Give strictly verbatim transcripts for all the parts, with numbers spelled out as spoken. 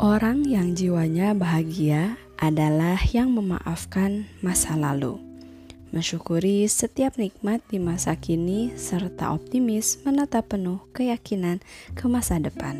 Orang yang jiwanya bahagia adalah yang memaafkan masa lalu, mensyukuri setiap nikmat di masa kini, serta optimis menatap penuh keyakinan ke masa depan.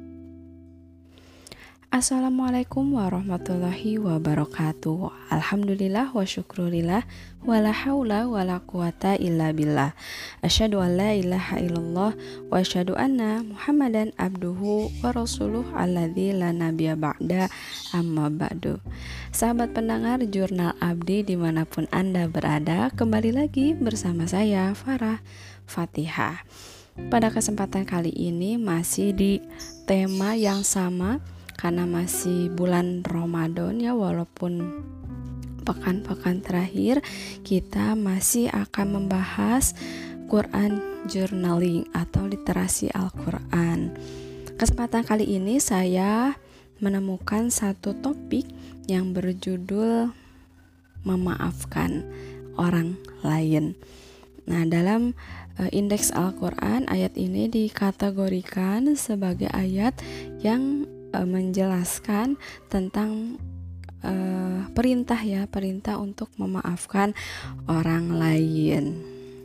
Assalamualaikum warahmatullahi wabarakatuh. Alhamdulillah wa syukurillah, wala haula wala quwata illa billah. Asyhadu an la ilaha illallah wa asyhadu anna Muhammadan abduhu wa rasuluh alladzi la nabiyya ba'da, amma ba'du. Sahabat pendengar Jurnal Abdi dimanapun Anda berada, kembali lagi bersama saya Farah Fatihah. Pada kesempatan kali ini masih di tema yang sama, karena masih bulan Ramadan ya, walaupun pekan-pekan terakhir kita masih akan membahas Quran journaling atau literasi Al-Quran. Kesempatan kali ini saya menemukan satu topik yang berjudul memaafkan orang lain. Nah, dalam uh, indeks Al-Quran, ayat ini dikategorikan sebagai ayat yang menjelaskan tentang uh, perintah ya, perintah untuk memaafkan orang lain.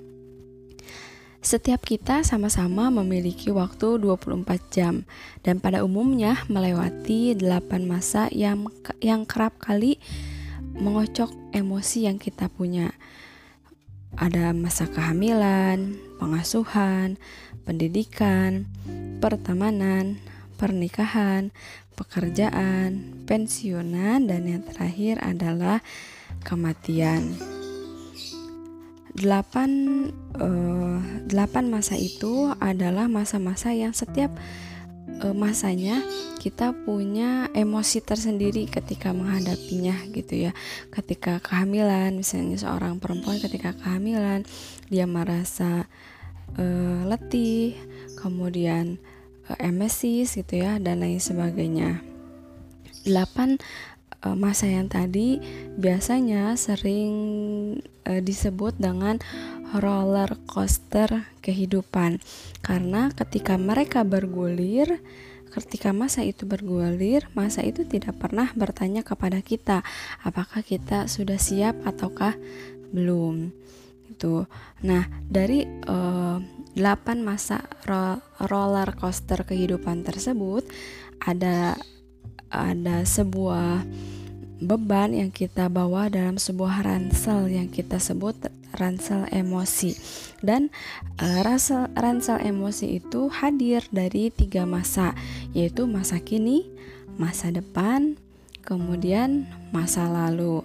Setiap kita sama-sama memiliki waktu dua puluh empat jam dan pada umumnya melewati delapan masa yang yang kerap kali mengocok emosi yang kita punya. Ada masa kehamilan, pengasuhan, pendidikan, pertemanan, pernikahan, pekerjaan, pensiunan, dan yang terakhir adalah kematian. Delapan, uh, delapan masa itu adalah masa-masa yang setiap uh, masanya kita punya emosi tersendiri ketika menghadapinya gitu ya. Ketika kehamilan, misalnya seorang perempuan ketika kehamilan, dia merasa uh, letih, kemudian emesis gitu ya, dan lain sebagainya. Delapan e, masa yang tadi biasanya sering e, disebut dengan roller coaster kehidupan, karena ketika mereka bergulir, ketika masa itu bergulir, masa itu tidak pernah bertanya kepada kita apakah kita sudah siap ataukah belum. Itu. Nah, dari uh, delapan masa ro- roller coaster kehidupan tersebut ada ada sebuah beban yang kita bawa dalam sebuah ransel yang kita sebut ransel emosi. Dan uh, ransel ransel emosi itu hadir dari tiga masa, yaitu masa kini, masa depan, kemudian masa lalu.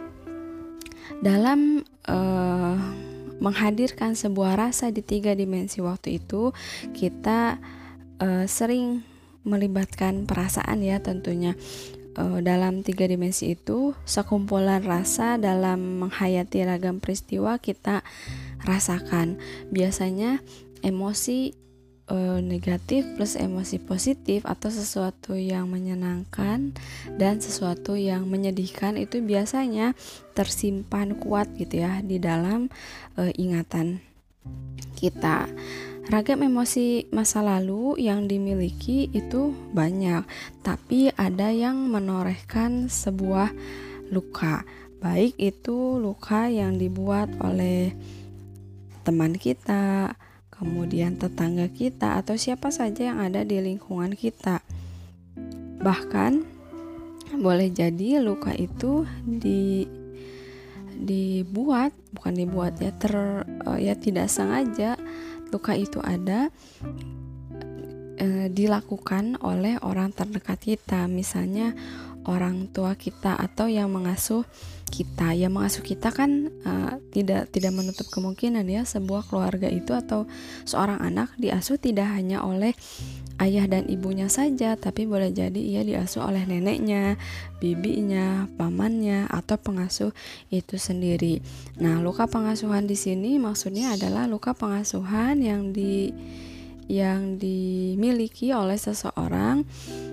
Dalam uh, menghadirkan sebuah rasa di tiga dimensi waktu itu, kita uh, sering melibatkan perasaan ya tentunya. Uh, dalam tiga dimensi itu, sekumpulan rasa dalam menghayati ragam peristiwa kita rasakan. Biasanya emosi uh, negatif plus emosi positif, atau sesuatu yang menyenangkan dan sesuatu yang menyedihkan, itu biasanya tersimpan kuat gitu ya di dalam uh, ingatan kita. Ragam emosi masa lalu yang dimiliki itu banyak, tapi ada yang menorehkan sebuah luka, baik itu luka yang dibuat oleh teman kita, kemudian tetangga kita, atau siapa saja yang ada di lingkungan kita. Bahkan boleh jadi luka itu di dibuat bukan dibuat ya ter uh, ya tidak sengaja luka itu ada uh, dilakukan oleh orang terdekat kita, misalnya orang tua kita atau yang mengasuh kita. Yang mengasuh kita kan uh, tidak tidak menutup kemungkinan ya, sebuah keluarga itu atau seorang anak diasuh tidak hanya oleh ayah dan ibunya saja, tapi boleh jadi ia diasuh oleh neneknya, bibinya, pamannya, atau pengasuh itu sendiri. Nah, luka pengasuhan di sini maksudnya adalah luka pengasuhan yang di yang dimiliki oleh seseorang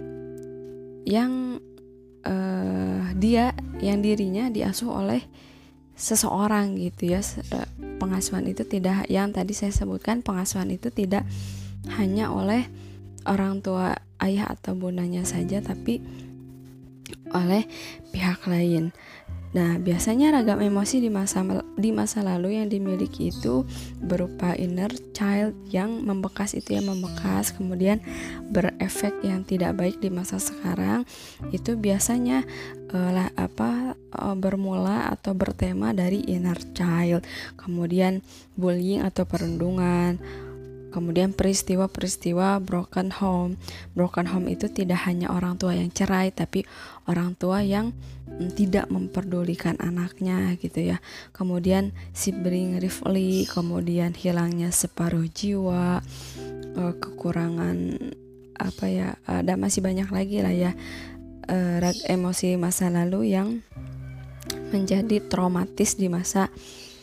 yang uh, dia yang dirinya diasuh oleh seseorang gitu ya. Pengasuhan itu tidak, yang tadi saya sebutkan, pengasuhan itu tidak hanya oleh orang tua ayah atau bundanya saja, tapi oleh pihak lain. Nah, biasanya ragam emosi di masa di masa lalu yang dimiliki itu berupa inner child yang membekas itu yang membekas, kemudian berefek yang tidak baik di masa sekarang. Itu biasanya uh, lah, apa uh, bermula atau bertema dari inner child, kemudian bullying atau perundungan. Kemudian peristiwa-peristiwa broken home. Broken home itu tidak hanya orang tua yang cerai, tapi orang tua yang mm, tidak memperdulikan anaknya gitu ya. Kemudian sibling rivalry, kemudian hilangnya separuh jiwa, eh, kekurangan apa ya, ada masih banyak lagi lah ya, eh, emosi masa lalu yang menjadi traumatis di masa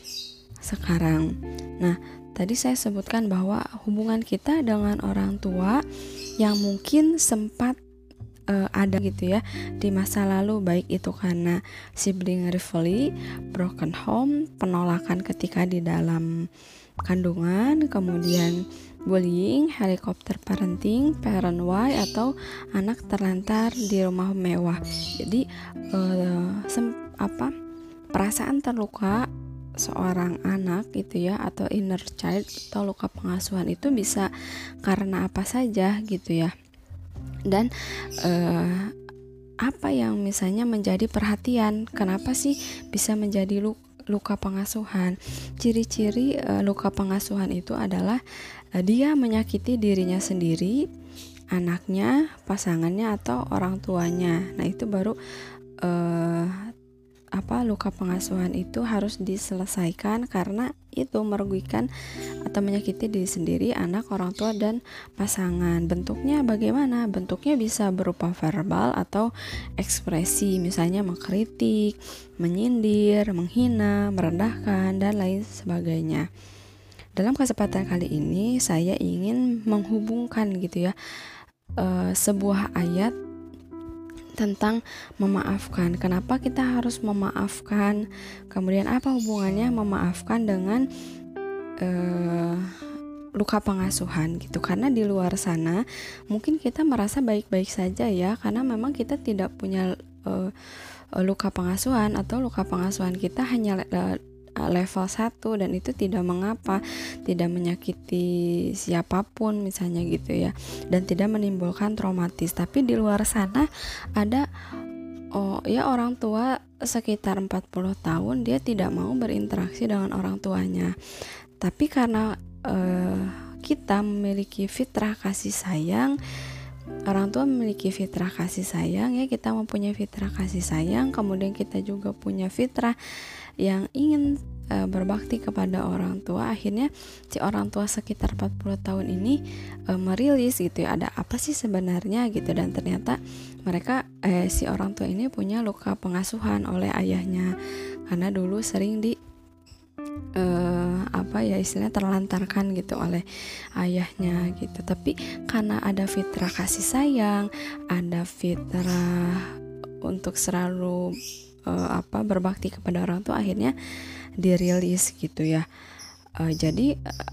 sekarang. Nah, tadi saya sebutkan bahwa hubungan kita dengan orang tua yang mungkin sempat uh, ada gitu ya di masa lalu, baik itu karena sibling rivalry, broken home, penolakan ketika di dalam kandungan, kemudian bullying, helikopter parenting, parent why, atau anak terlantar di rumah mewah. Jadi uh, sem- apa perasaan terluka seorang anak gitu ya, atau inner child atau luka pengasuhan itu bisa karena apa saja gitu ya. Dan eh, apa yang misalnya menjadi perhatian, kenapa sih bisa menjadi luka pengasuhan? Ciri-ciri eh, luka pengasuhan itu adalah eh, dia menyakiti dirinya sendiri, anaknya, pasangannya, atau orang tuanya. Nah, itu baru eh, apa luka pengasuhan itu harus diselesaikan, karena itu merugikan atau menyakiti diri sendiri, anak, orang tua, dan pasangan. Bentuknya bagaimana? Bentuknya bisa berupa verbal atau ekspresi, misalnya mengkritik, menyindir, menghina, merendahkan, dan lain sebagainya. Dalam kesempatan kali ini saya ingin menghubungkan gitu ya, uh, sebuah ayat tentang memaafkan. Kenapa kita harus memaafkan? Kemudian apa hubungannya memaafkan dengan uh, luka pengasuhan gitu? Karena di luar sana mungkin kita merasa baik-baik saja ya, karena memang kita tidak punya uh, luka pengasuhan, atau luka pengasuhan kita hanya uh, level satu, dan itu tidak mengapa, tidak menyakiti siapapun misalnya gitu ya, dan tidak menimbulkan traumatis. Tapi di luar sana ada oh ya orang tua sekitar empat puluh tahun dia tidak mau berinteraksi dengan orang tuanya, tapi karena eh, kita memiliki fitrah kasih sayang, orang tua memiliki fitrah kasih sayang ya, kita mempunyai fitrah kasih sayang, kemudian kita juga punya fitrah yang ingin e, berbakti kepada orang tua. Akhirnya si orang tua sekitar empat puluh tahun ini e, merilis gitu ya, ada apa sih sebenarnya gitu, dan ternyata mereka eh, si orang tua ini punya luka pengasuhan oleh ayahnya, karena dulu sering di e, apa ya istilahnya terlantarkan gitu oleh ayahnya gitu. Tapi karena ada fitrah kasih sayang, ada fitrah untuk selalu Uh, apa berbakti kepada orang tua, akhirnya dirilis gitu ya. Uh, jadi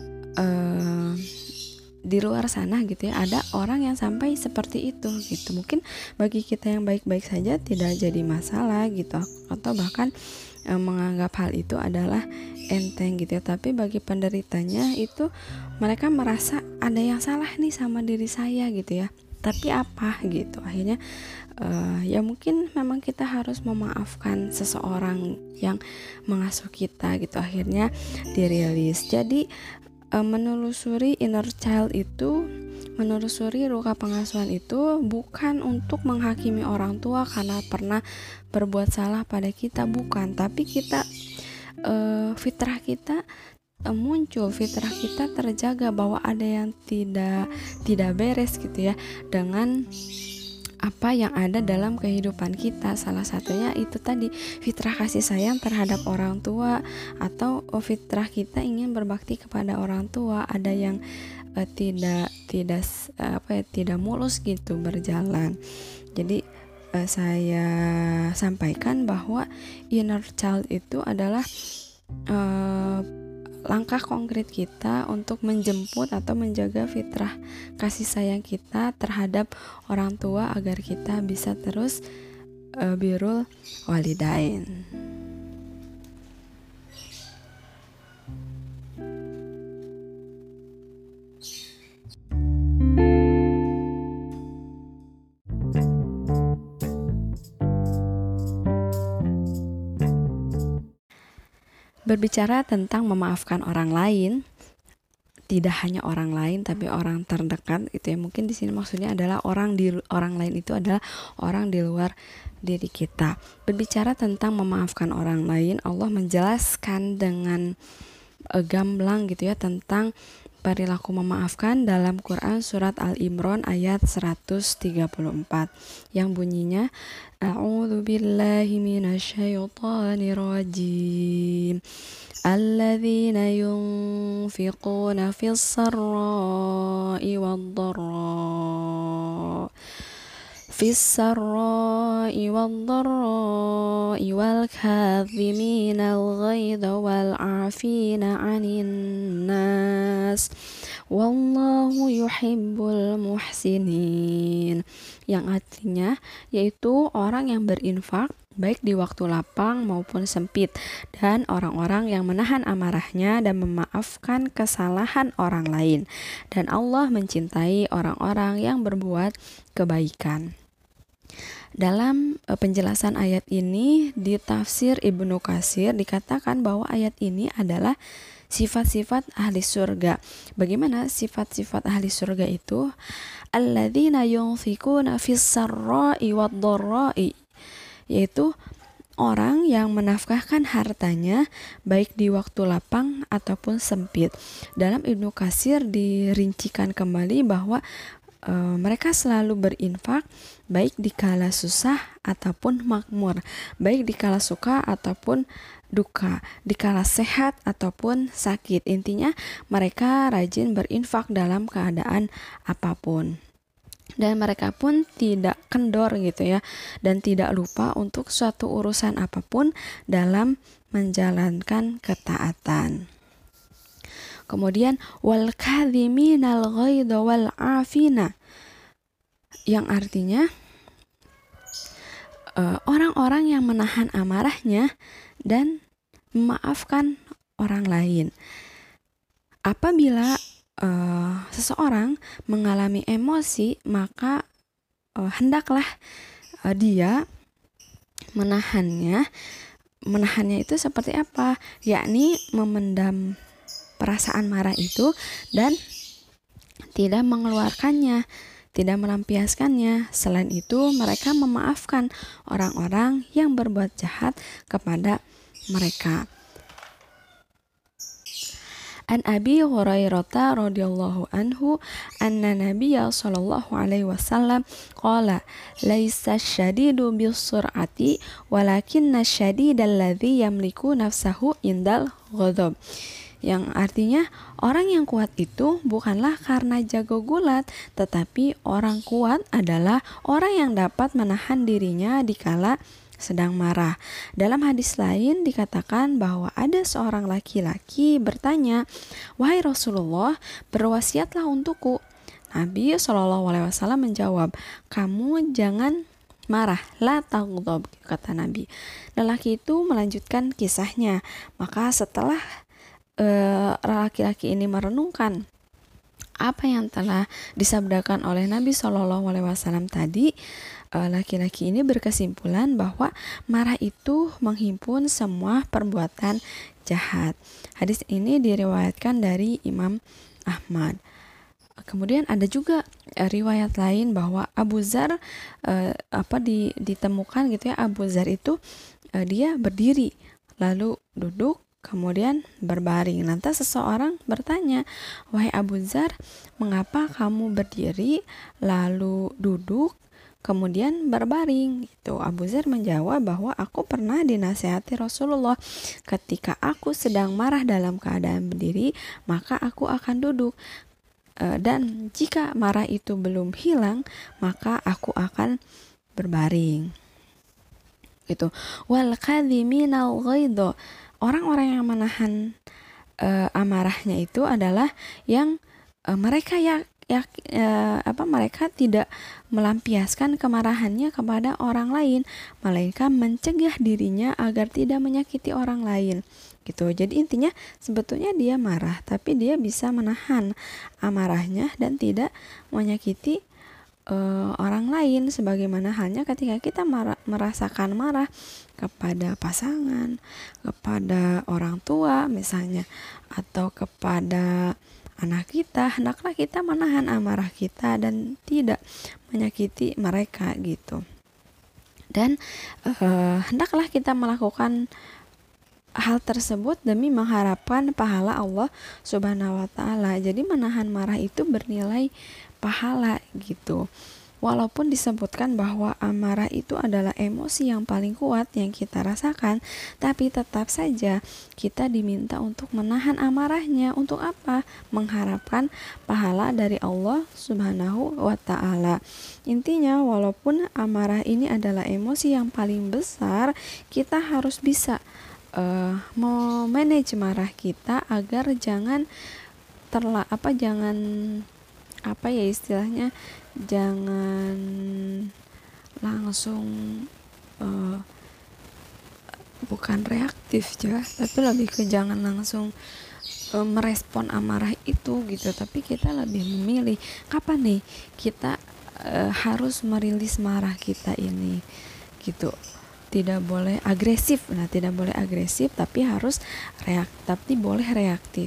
uh, di luar sana gitu ya ada orang yang sampai seperti itu gitu. Mungkin bagi kita yang baik-baik saja tidak jadi masalah gitu, atau bahkan uh, menganggap hal itu adalah enteng gitu ya. Tapi bagi penderitanya itu mereka merasa ada yang salah nih sama diri saya gitu ya. Tapi apa gitu, akhirnya uh, ya mungkin memang kita harus memaafkan seseorang yang mengasuh kita gitu, akhirnya dirilis. Jadi uh, menelusuri inner child itu, menelusuri luka pengasuhan itu bukan untuk menghakimi orang tua karena pernah berbuat salah pada kita, bukan, tapi kita uh, fitrah kita muncul, fitrah kita terjaga bahwa ada yang tidak tidak beres gitu ya dengan apa yang ada dalam kehidupan kita. Salah satunya itu tadi fitrah kasih sayang terhadap orang tua, atau fitrah kita ingin berbakti kepada orang tua, ada yang uh, tidak tidak uh, apa ya tidak mulus gitu berjalan. Jadi uh, saya sampaikan bahwa inner child itu adalah uh, langkah konkret kita untuk menjemput atau menjaga fitrah kasih sayang kita terhadap orang tua agar kita bisa terus uh, birrul walidain. Berbicara tentang memaafkan orang lain, tidak hanya orang lain tapi orang terdekat itu ya, mungkin di sini maksudnya adalah orang di orang lain itu adalah orang di luar diri kita. Berbicara tentang memaafkan orang lain, Allah menjelaskan dengan uh, gamblang gitu ya tentang perilaku memaafkan dalam Quran surat Al-Imran ayat seratus tiga puluh empat yang bunyinya A'udzu billahi minasyaitonir rajim. Alladzina yunfiquna fis sarra'i wad-dharra fis sarra'i wad-dharra'i wal kadhiminal ghaidha wal 'afina 'anil nas wallahu yuhibbul muhsinin, yang artinya yaitu orang yang berinfak baik di waktu lapang maupun sempit, dan orang-orang yang menahan amarahnya dan memaafkan kesalahan orang lain, dan Allah mencintai orang-orang yang berbuat kebaikan. Dalam e, penjelasan ayat ini di tafsir Ibnu Katsir dikatakan bahwa ayat ini adalah sifat-sifat ahli surga. Bagaimana sifat-sifat ahli surga itu? Alladzina yunfikuna fis sarra'i wad-dharra'i, yaitu orang yang menafkahkan hartanya baik di waktu lapang ataupun sempit. Dalam Ibnu Katsir dirincikan kembali bahwa e, mereka selalu berinfak baik di kala susah ataupun makmur, baik di kala suka ataupun duka, di kala sehat ataupun sakit. Intinya mereka rajin berinfak dalam keadaan apapun. Dan mereka pun tidak kendor gitu ya, dan tidak lupa untuk suatu urusan apapun dalam menjalankan ketaatan. Kemudian wal kadhiminal ghaidha wal 'afina, yang artinya uh, orang-orang yang menahan amarahnya dan memaafkan orang lain. Apabila uh, seseorang mengalami emosi, maka uh, hendaklah uh, dia menahannya. Menahannya itu seperti apa? Yakni memendam perasaan marah itu dan tidak mengeluarkannya, tidak melampiaskannya. Selain itu, mereka memaafkan orang-orang yang berbuat jahat kepada mereka. An Abi Hurairah radhiyallahu anhu anna Nabiyya sallallahu alaihi wasallam qala laisa syadidu bisur'ati walakinna syadidal ladzi yamliku nafsahu indal ghadab, yang artinya orang yang kuat itu bukanlah karena jago gulat, tetapi orang kuat adalah orang yang dapat menahan dirinya dikala sedang marah. Dalam hadis lain dikatakan bahwa ada seorang laki-laki bertanya, "Wahai Rasulullah, berwasiatlah untukku." Nabi shallallahu alaihi wasallam menjawab, "Kamu jangan marah, la taghdab," kata Nabi. Lelaki itu melanjutkan kisahnya. Maka setelah uh, laki-laki ini merenungkan apa yang telah disabdakan oleh Nabi shallallahu alaihi wasallam tadi, laki-laki ini berkesimpulan bahwa marah itu menghimpun semua perbuatan jahat. Hadis ini diriwayatkan dari Imam Ahmad. Kemudian ada juga riwayat lain bahwa Abu Dzar eh, apa di, ditemukan gitu ya, Abu Dzar itu eh, dia berdiri lalu duduk kemudian berbaring. Lantas seseorang bertanya, "Wahai Abu Dzar, mengapa kamu berdiri lalu duduk kemudian berbaring?" Itu Abu Dzar menjawab bahwa aku pernah dinasihati Rasulullah, ketika aku sedang marah dalam keadaan berdiri, maka aku akan duduk. E, dan jika marah itu belum hilang, maka aku akan berbaring. Itu wal kadhiminal ghaidha, orang-orang yang menahan uh, amarahnya itu adalah yang uh, mereka ya ya uh, apa mereka tidak melampiaskan kemarahannya kepada orang lain, melainkan mencegah dirinya agar tidak menyakiti orang lain gitu. Jadi intinya sebetulnya dia marah, tapi dia bisa menahan amarahnya dan tidak menyakiti uh, orang lain, sebagaimana halnya ketika kita marah, merasakan marah kepada pasangan, kepada orang tua misalnya, atau kepada anak kita, hendaklah kita menahan amarah kita dan tidak menyakiti mereka gitu. Dan uh, hendaklah kita melakukan hal tersebut demi mengharapkan pahala Allah Subhanahu wa taala. Jadi menahan marah itu bernilai pahala gitu. Walaupun disebutkan bahwa amarah itu adalah emosi yang paling kuat yang kita rasakan, tapi tetap saja kita diminta untuk menahan amarahnya. Untuk apa? Mengharapkan pahala dari Allah Subhanahu wa taala. Intinya, walaupun amarah ini adalah emosi yang paling besar, kita harus bisa uh, memanage marah kita agar jangan terla apa jangan apa ya istilahnya jangan langsung uh, bukan reaktif ya, tapi lebih ke jangan langsung uh, merespon amarah itu gitu, tapi kita lebih memilih kapan nih kita uh, harus merilis marah kita ini gitu. Tidak boleh agresif, nah tidak boleh agresif tapi harus reaktif, tapi boleh reaktif.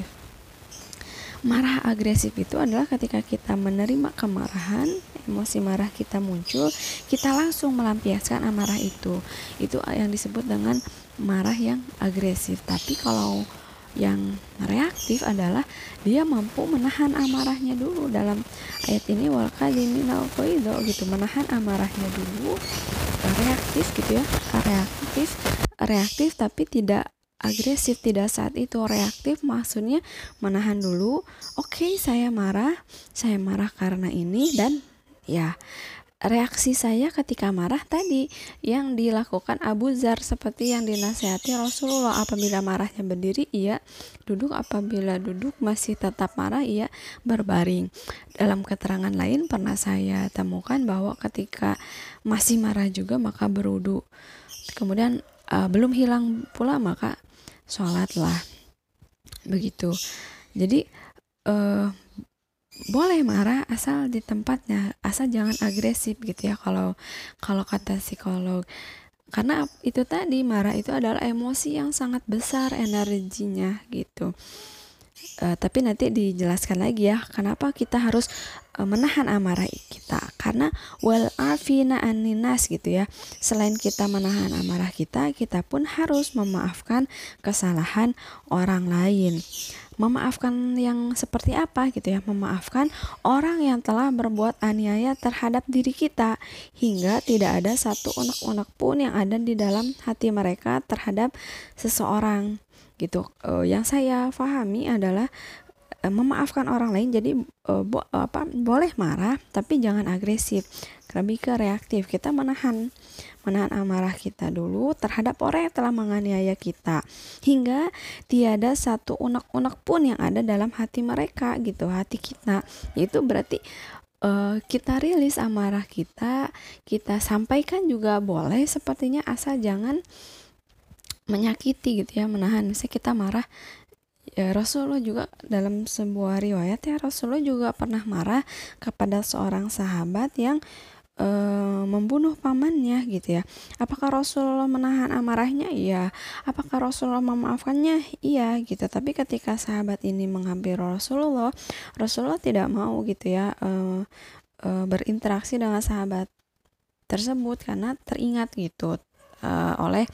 Marah agresif itu adalah ketika kita menerima kemarahan, emosi marah kita muncul, kita langsung melampiaskan amarah itu. Itu yang disebut dengan marah yang agresif. Tapi kalau yang reaktif adalah dia mampu menahan amarahnya dulu. Dalam ayat ini wal kadhiminal ghaidho gitu, menahan amarahnya dulu. Reaktif gitu ya, reaktif, reaktif tapi tidak agresif, tidak saat itu. Reaktif maksudnya menahan dulu. Oke, okay, saya marah, saya marah karena ini, dan ya reaksi saya ketika marah tadi yang dilakukan Abu Dzar seperti yang dinasihati Rasulullah. Apabila marahnya berdiri, ia duduk. Apabila duduk masih tetap marah, ia berbaring. Dalam keterangan lain pernah saya temukan bahwa ketika masih marah juga maka berwudu. Kemudian uh, belum hilang pula maka sholatlah begitu. Jadi uh, boleh marah asal di tempatnya, asal jangan agresif gitu ya kalau kalau kata psikolog. Karena itu tadi, marah itu adalah emosi yang sangat besar energinya gitu. Uh, tapi nanti dijelaskan lagi ya kenapa kita harus uh, menahan amarah kita, karena wal afina aninas gitu ya. Selain kita menahan amarah kita, kita pun harus memaafkan kesalahan orang lain. Memaafkan yang seperti apa gitu ya? Memaafkan orang yang telah berbuat aniaya terhadap diri kita hingga tidak ada satu unek-unek pun yang ada di dalam hati mereka terhadap seseorang gitu. Uh, yang saya pahami adalah uh, memaafkan orang lain. Jadi uh, bo- apa boleh marah tapi jangan agresif, lebih ke reaktif. Kita menahan menahan amarah kita dulu terhadap orang yang telah menganiaya kita hingga tiada satu unek-unek pun yang ada dalam hati mereka gitu, hati kita. Itu berarti uh, kita rilis amarah kita, kita sampaikan juga boleh sepertinya, asal jangan menyakiti gitu ya, menahan. Misalnya kita marah ya, Rasulullah juga dalam sebuah riwayat ya, Rasulullah juga pernah marah kepada seorang sahabat yang e, membunuh pamannya gitu ya. Apakah Rasulullah menahan amarahnya? Iya. Apakah Rasulullah memaafkannya? Iya gitu. Tapi ketika sahabat ini menghampiri Rasulullah, Rasulullah tidak mau gitu ya e, e, berinteraksi dengan sahabat tersebut karena teringat gitu e, oleh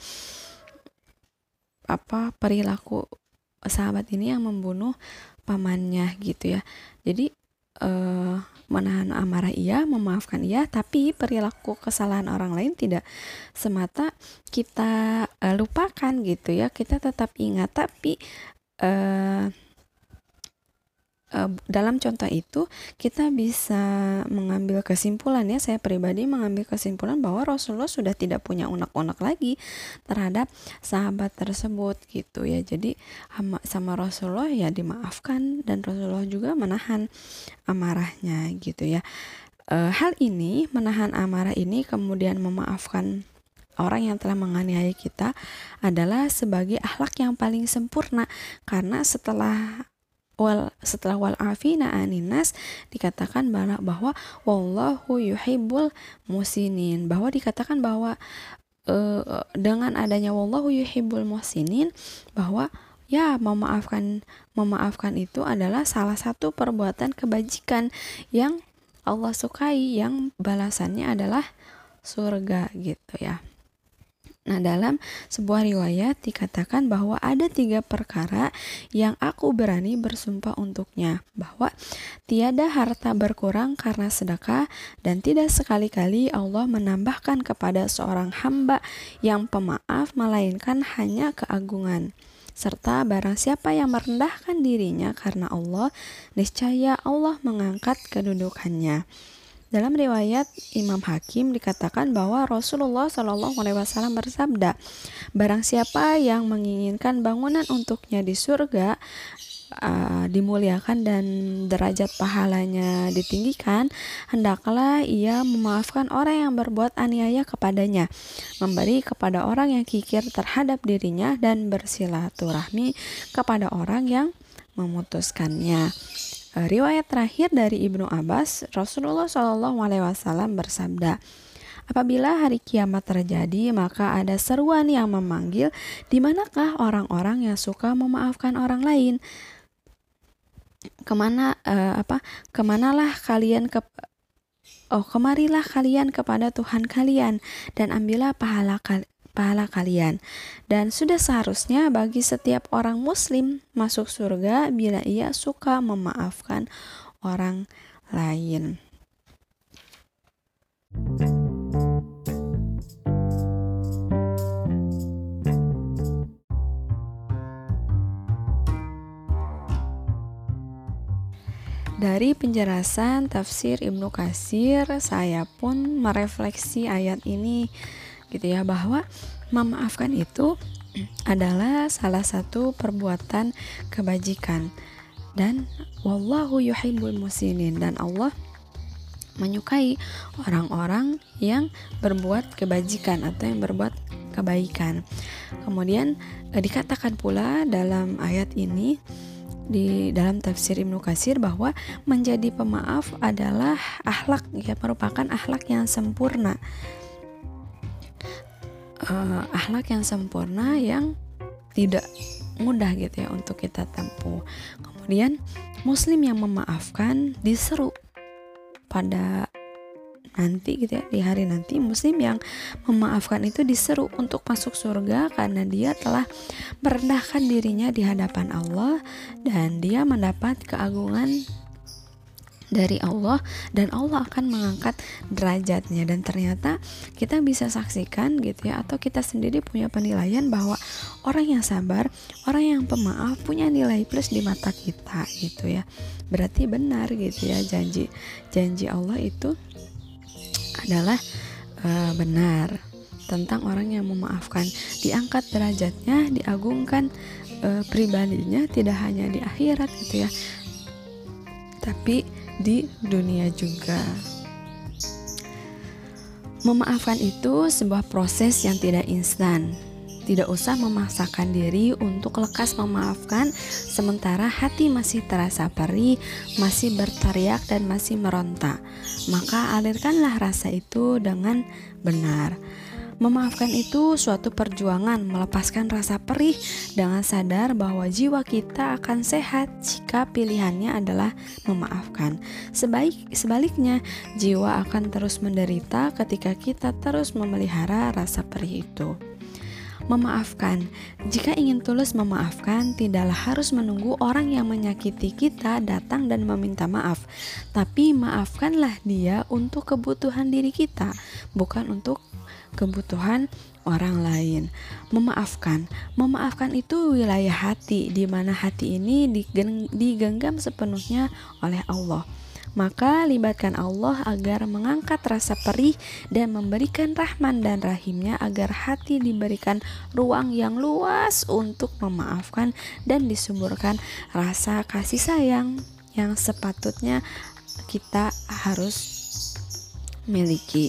apa perilaku sahabat ini yang membunuh pamannya gitu ya. Jadi eh, menahan amarah iya, memaafkan iya, tapi perilaku kesalahan orang lain tidak semata kita eh, lupakan gitu ya. Kita tetap ingat, tapi eh, uh, dalam contoh itu kita bisa mengambil kesimpulan, ya saya pribadi mengambil kesimpulan bahwa Rasulullah sudah tidak punya unek-unek lagi terhadap sahabat tersebut gitu ya. Jadi sama Rasulullah ya dimaafkan, dan Rasulullah juga menahan amarahnya gitu ya. E, hal ini, menahan amarah ini kemudian memaafkan orang yang telah menganiaya kita adalah sebagai akhlak yang paling sempurna, karena setelah wal setelah wal afina aninas dikatakan bahwa, bahwa wallahu yuhibbul musinin, bahwa dikatakan bahwa e, dengan adanya wallahu yuhibbul musinin, bahwa ya memaafkan memaafkan itu adalah salah satu perbuatan kebajikan yang Allah sukai, yang balasannya adalah surga gitu ya. Nah, dalam sebuah riwayat dikatakan bahwa ada tiga perkara yang aku berani bersumpah untuknya, bahwa tiada harta berkurang karena sedekah, dan tidak sekali-kali Allah menambahkan kepada seorang hamba yang pemaaf melainkan hanya keagungan. Serta barang siapa yang merendahkan dirinya karena Allah, niscaya Allah mengangkat kedudukannya. Dalam riwayat Imam Hakim dikatakan bahwa Rasulullah Shallallahu Alaihi Wasallam bersabda, barang siapa yang menginginkan bangunan untuknya di surga uh, dimuliakan dan derajat pahalanya ditinggikan, hendaklah ia memaafkan orang yang berbuat aniaya kepadanya, memberi kepada orang yang kikir terhadap dirinya, dan bersilaturahmi kepada orang yang memutuskannya. Riwayat terakhir dari Ibnu Abbas, Rasulullah Shallallahu Alaihi Wasallam bersabda, apabila hari kiamat terjadi, maka ada seruan yang memanggil, di manakah orang-orang yang suka memaafkan orang lain? Kemana uh, apa? Kemanalah kalian ke Oh, kemarilah kalian kepada Tuhan kalian dan ambillah pahala kalian. pahala kalian. Dan sudah seharusnya bagi setiap orang muslim masuk surga bila ia suka memaafkan orang lain. Dari penjelasan tafsir Ibnu Katsir, saya pun merefleksi ayat ini gitu ya, bahwa memaafkan itu adalah salah satu perbuatan kebajikan, dan wallahu yuhibbul musinin, dan Allah menyukai orang-orang yang berbuat kebajikan atau yang berbuat kebaikan. Kemudian eh, dikatakan pula dalam ayat ini di dalam tafsir Ibnu Katsir bahwa menjadi pemaaf adalah akhlak, ya, merupakan akhlak yang sempurna. Uh, akhlak yang sempurna yang tidak mudah gitu ya untuk kita tempuh. Kemudian muslim yang memaafkan diseru pada nanti gitu ya, di hari nanti muslim yang memaafkan itu diseru untuk masuk surga karena dia telah merendahkan dirinya di hadapan Allah dan dia mendapat keagungan dari Allah, dan Allah akan mengangkat derajatnya. Dan ternyata kita bisa saksikan gitu ya, atau kita sendiri punya penilaian bahwa orang yang sabar, orang yang pemaaf punya nilai plus di mata kita gitu ya. Berarti benar gitu ya, janji janji Allah itu adalah uh, benar tentang orang yang memaafkan, diangkat derajatnya, diagungkan uh, pribadinya, tidak hanya di akhirat gitu ya, tapi di dunia juga. Memaafkan itu sebuah proses yang tidak instan. Tidak usah memaksakan diri untuk lekas memaafkan sementara hati masih terasa perih, masih berteriak dan masih meronta. Maka alirkanlah rasa itu dengan benar. Memaafkan itu suatu perjuangan, melepaskan rasa perih dengan sadar bahwa jiwa kita akan sehat jika pilihannya adalah memaafkan. Sebaik, sebaliknya, jiwa akan terus menderita ketika kita terus memelihara rasa perih itu. Memaafkan. Jika ingin tulus memaafkan, tidaklah harus menunggu orang yang menyakiti kita datang dan meminta maaf. Tapi maafkanlah dia untuk kebutuhan diri kita, bukan untuk kebutuhan orang lain. Memaafkan, memaafkan itu wilayah hati, di mana hati ini digenggam sepenuhnya oleh Allah. Maka libatkan Allah agar mengangkat rasa perih dan memberikan rahman dan rahimnya, agar hati diberikan ruang yang luas untuk memaafkan dan disuburkan rasa kasih sayang yang sepatutnya kita harus miliki.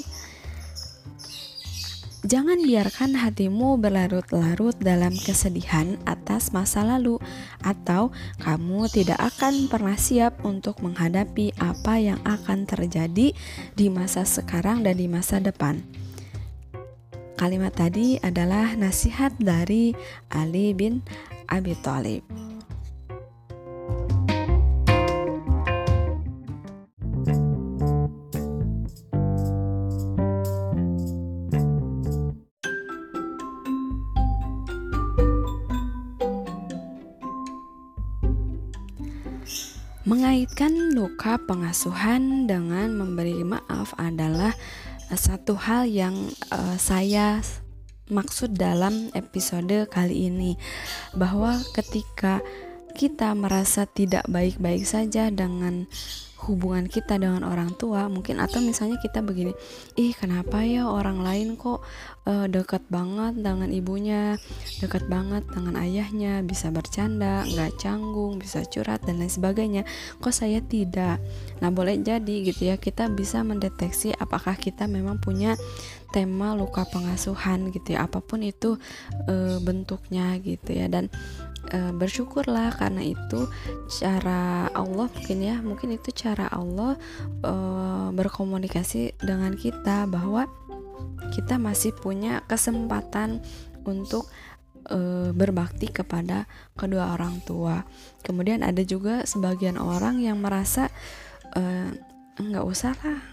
Jangan biarkan hatimu berlarut-larut dalam kesedihan atas masa lalu, atau kamu tidak akan pernah siap untuk menghadapi apa yang akan terjadi di masa sekarang dan di masa depan. Kalimat tadi adalah nasihat dari Ali bin Abi Thalib. Mengaitkan luka pengasuhan dengan memberi maaf adalah satu hal yang uh, saya maksud dalam episode kali ini, bahwa ketika kita merasa tidak baik-baik saja dengan hubungan kita dengan orang tua mungkin, atau misalnya kita begini, ih kenapa ya orang lain kok uh, dekat banget dengan ibunya, dekat banget dengan ayahnya, bisa bercanda, nggak canggung, bisa curhat dan lain sebagainya, kok saya tidak. Nah boleh jadi gitu ya, kita bisa mendeteksi apakah kita memang punya tema luka pengasuhan gitu ya, apapun itu uh, bentuknya gitu ya. Dan E, bersyukurlah karena itu cara Allah mungkin ya, mungkin itu cara Allah e, berkomunikasi dengan kita, bahwa kita masih punya kesempatan untuk e, berbakti kepada kedua orang tua. Kemudian ada juga sebagian orang yang merasa e, nggak usah lah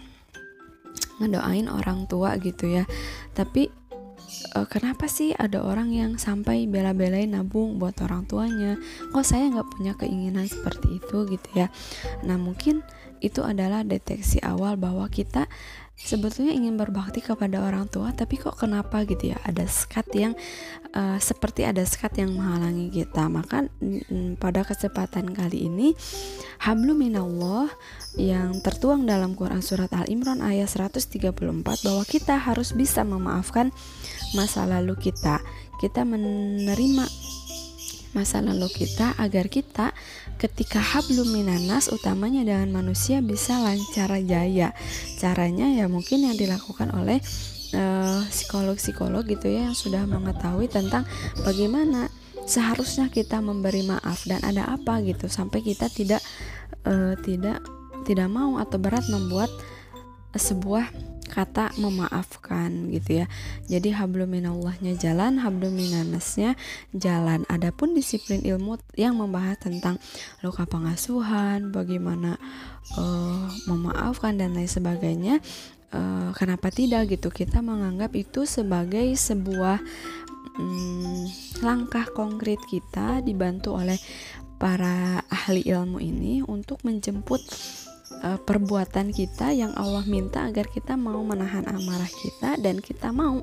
ngedoain orang tua gitu ya, tapi Uh, kenapa sih ada orang yang sampai bela-belain nabung buat orang tuanya? Kok saya nggak punya keinginan seperti itu gitu ya. Nah mungkin itu adalah deteksi awal bahwa kita sebetulnya ingin berbakti kepada orang tua, tapi kok kenapa gitu ya, ada sekat yang uh, seperti ada sekat yang menghalangi kita. Maka mm, pada kesempatan kali ini hablum minallah yang tertuang dalam Quran surat Al-Imran ayat seratus tiga puluh empat, bahwa kita harus bisa memaafkan masa lalu kita. Kita menerima masa lalu kita agar kita ketika hablum minanas, utamanya dengan manusia, bisa lancar jaya. Caranya ya mungkin yang dilakukan oleh uh, psikolog-psikolog gitu ya, yang sudah mengetahui tentang bagaimana seharusnya kita memberi maaf dan ada apa gitu, sampai kita tidak uh, tidak tidak mau atau berat membuat sebuah kata memaafkan gitu ya. Jadi hablum minallahnya jalan, hablum minannasnya jalan. Adapun disiplin ilmu yang membahas tentang luka pengasuhan, bagaimana uh, memaafkan dan lain sebagainya, uh, kenapa tidak gitu, kita menganggap itu sebagai sebuah um, langkah konkret kita dibantu oleh para ahli ilmu ini untuk menjemput Uh, perbuatan kita yang Allah minta agar kita mau menahan amarah kita, dan kita mau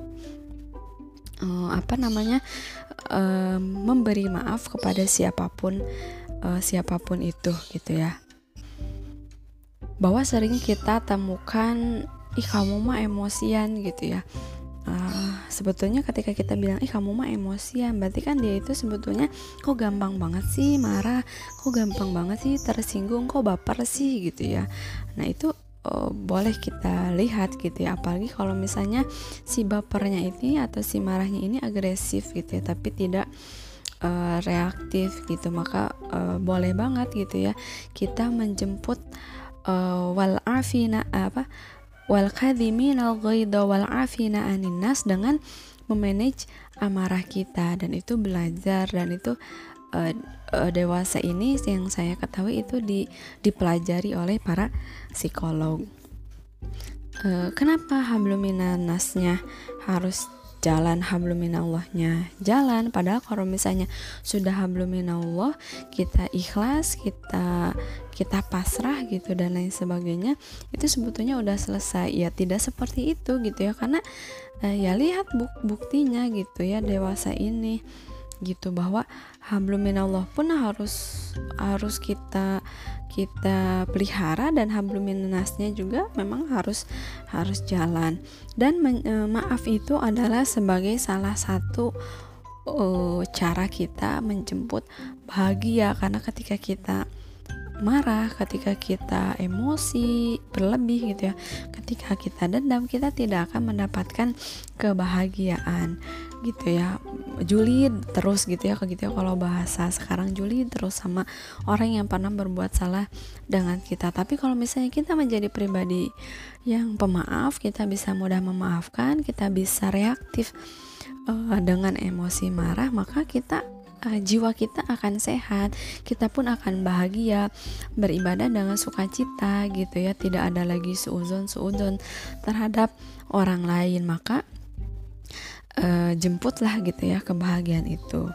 uh, apa namanya uh, memberi maaf kepada siapapun uh, siapapun itu gitu ya. Bahwa sering kita temukan, ih kamu mah emosian gitu ya. Uh, sebetulnya ketika kita bilang ih kamu mah emosian, berarti kan dia itu sebetulnya kok gampang banget sih marah, kok gampang banget sih tersinggung, kok baper sih gitu ya. Nah itu uh, boleh kita lihat gitu ya, apalagi kalau misalnya si bapernya ini atau si marahnya ini agresif gitu ya, tapi tidak uh, reaktif gitu, maka uh, boleh banget gitu ya kita menjemput uh, wal afina apa wal kadhiminal ghaidha wal afina anin nas, dengan memanage amarah kita. Dan itu belajar, dan itu uh, uh, dewasa ini yang saya ketahui itu di, dipelajari oleh para psikolog. Uh, kenapa hablum minan nasnya harus jalan habluminallahnya jalan, padahal kalau misalnya sudah habluminallah, kita ikhlas, kita kita pasrah gitu dan lain sebagainya, itu sebetulnya udah selesai. Ya tidak seperti itu gitu ya, karena eh, ya lihat buk buktinya gitu ya, dewasa ini gitu, bahwa habluminallah pun harus harus kita kita pelihara, dan habluminasnya juga memang harus harus jalan. Dan men, e, maaf itu adalah sebagai salah satu e, cara kita menjemput bahagia, karena ketika kita marah, ketika kita emosi berlebih gitu ya, ketika kita dendam, kita tidak akan mendapatkan kebahagiaan gitu ya. Julid terus gitu ya, gitu ya kalau bahasa sekarang, julid terus sama orang yang pernah berbuat salah dengan kita. Tapi kalau misalnya kita menjadi pribadi yang pemaaf, kita bisa mudah memaafkan, kita bisa reaktif uh, dengan emosi marah, maka kita Uh, jiwa kita akan sehat, kita pun akan bahagia, beribadah dengan sukacita gitu ya, tidak ada lagi suudzon-suudzon terhadap orang lain. Maka uh, jemputlah gitu ya kebahagiaan itu.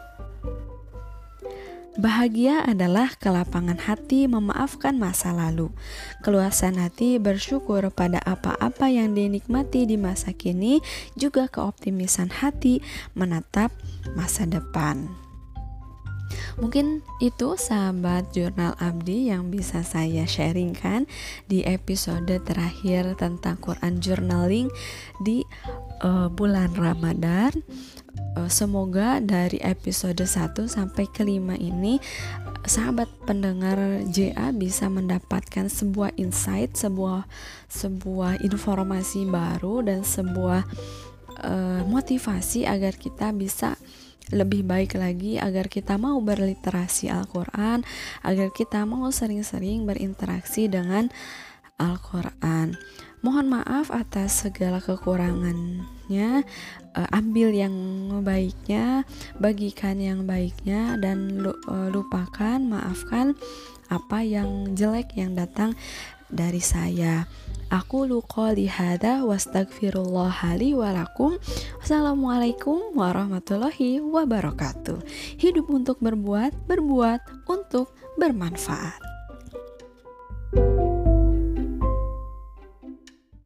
Bahagia adalah kelapangan hati memaafkan masa lalu, keluasan hati bersyukur pada apa-apa yang dinikmati di masa kini, juga keoptimisan hati menatap masa depan. Mungkin itu sahabat Jurnal Abdi yang bisa saya sharingkan di episode terakhir tentang Quran journaling di uh, bulan Ramadan. Uh, semoga dari episode satu sampai kelima ini sahabat pendengar J A bisa mendapatkan sebuah insight, sebuah sebuah informasi baru, dan sebuah uh, motivasi agar kita bisa lebih baik lagi, agar kita mau berliterasi Al-Quran, agar kita mau sering-sering berinteraksi dengan Al-Quran. Mohon maaf atas segala kekurangannya, uh, ambil yang baiknya, bagikan yang baiknya, dan lupakan, maafkan apa yang jelek yang datang dari saya. Aku qouli hadza wastaghfirullah li wa lakum. Wassalamualaikum warahmatullahi wabarakatuh. Hidup untuk berbuat, berbuat untuk bermanfaat.